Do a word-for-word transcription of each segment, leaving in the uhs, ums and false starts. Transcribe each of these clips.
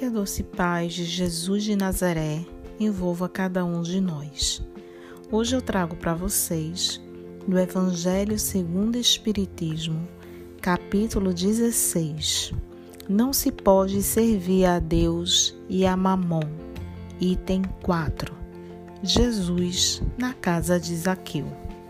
a doce paz de Jesus de Nazaré envolva cada um de nós. Hoje eu trago para vocês, do Evangelho segundo o Espiritismo, capítulo dezesseis. Não se pode servir a Deus e a Mamon. Item quatro. Jesus na casa de Zaqueu.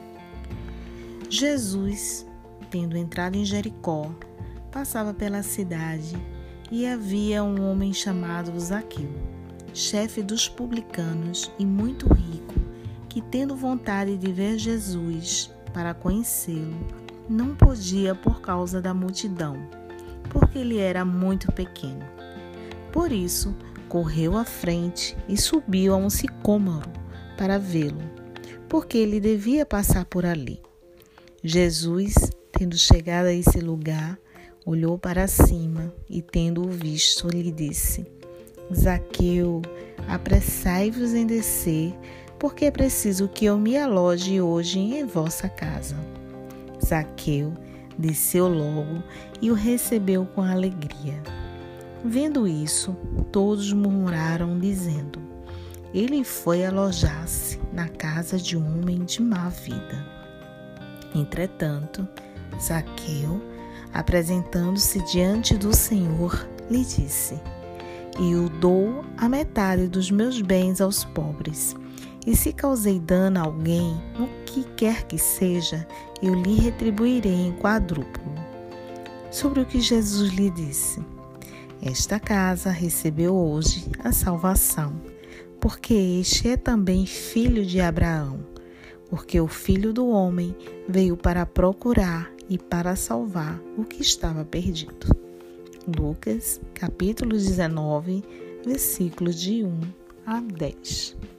Jesus, tendo entrado em Jericó, passava pela cidade e havia um homem chamado Zaqueu, chefe dos publicanos e muito rico, que, tendo vontade de ver Jesus para conhecê-lo, não podia por causa da multidão, porque ele era muito pequeno. Por isso, correu à frente e subiu a um sicômoro para vê-lo, porque ele devia passar por ali. Jesus, tendo chegado a esse lugar, olhou para cima e, tendo-o visto, lhe disse: Zaqueu, apressai-vos em descer, porque é preciso que eu me aloje hoje em vossa casa. Zaqueu desceu logo e o recebeu com alegria. Vendo isso, todos murmuraram, dizendo: ele foi alojar-se na casa de um homem de má vida. Entretanto, Zaqueu, apresentando-se diante do Senhor, lhe disse: eu dou a metade dos meus bens aos pobres, e se causei dano a alguém, no que quer que seja, eu lhe retribuirei em quadrúplo. Sobre o que Jesus lhe disse: esta casa recebeu hoje a salvação, porque este é também filho de Abraão, porque o Filho do Homem veio para procurar e para salvar o que estava perdido. Lucas, capítulo dezenove, versículos de um a dez.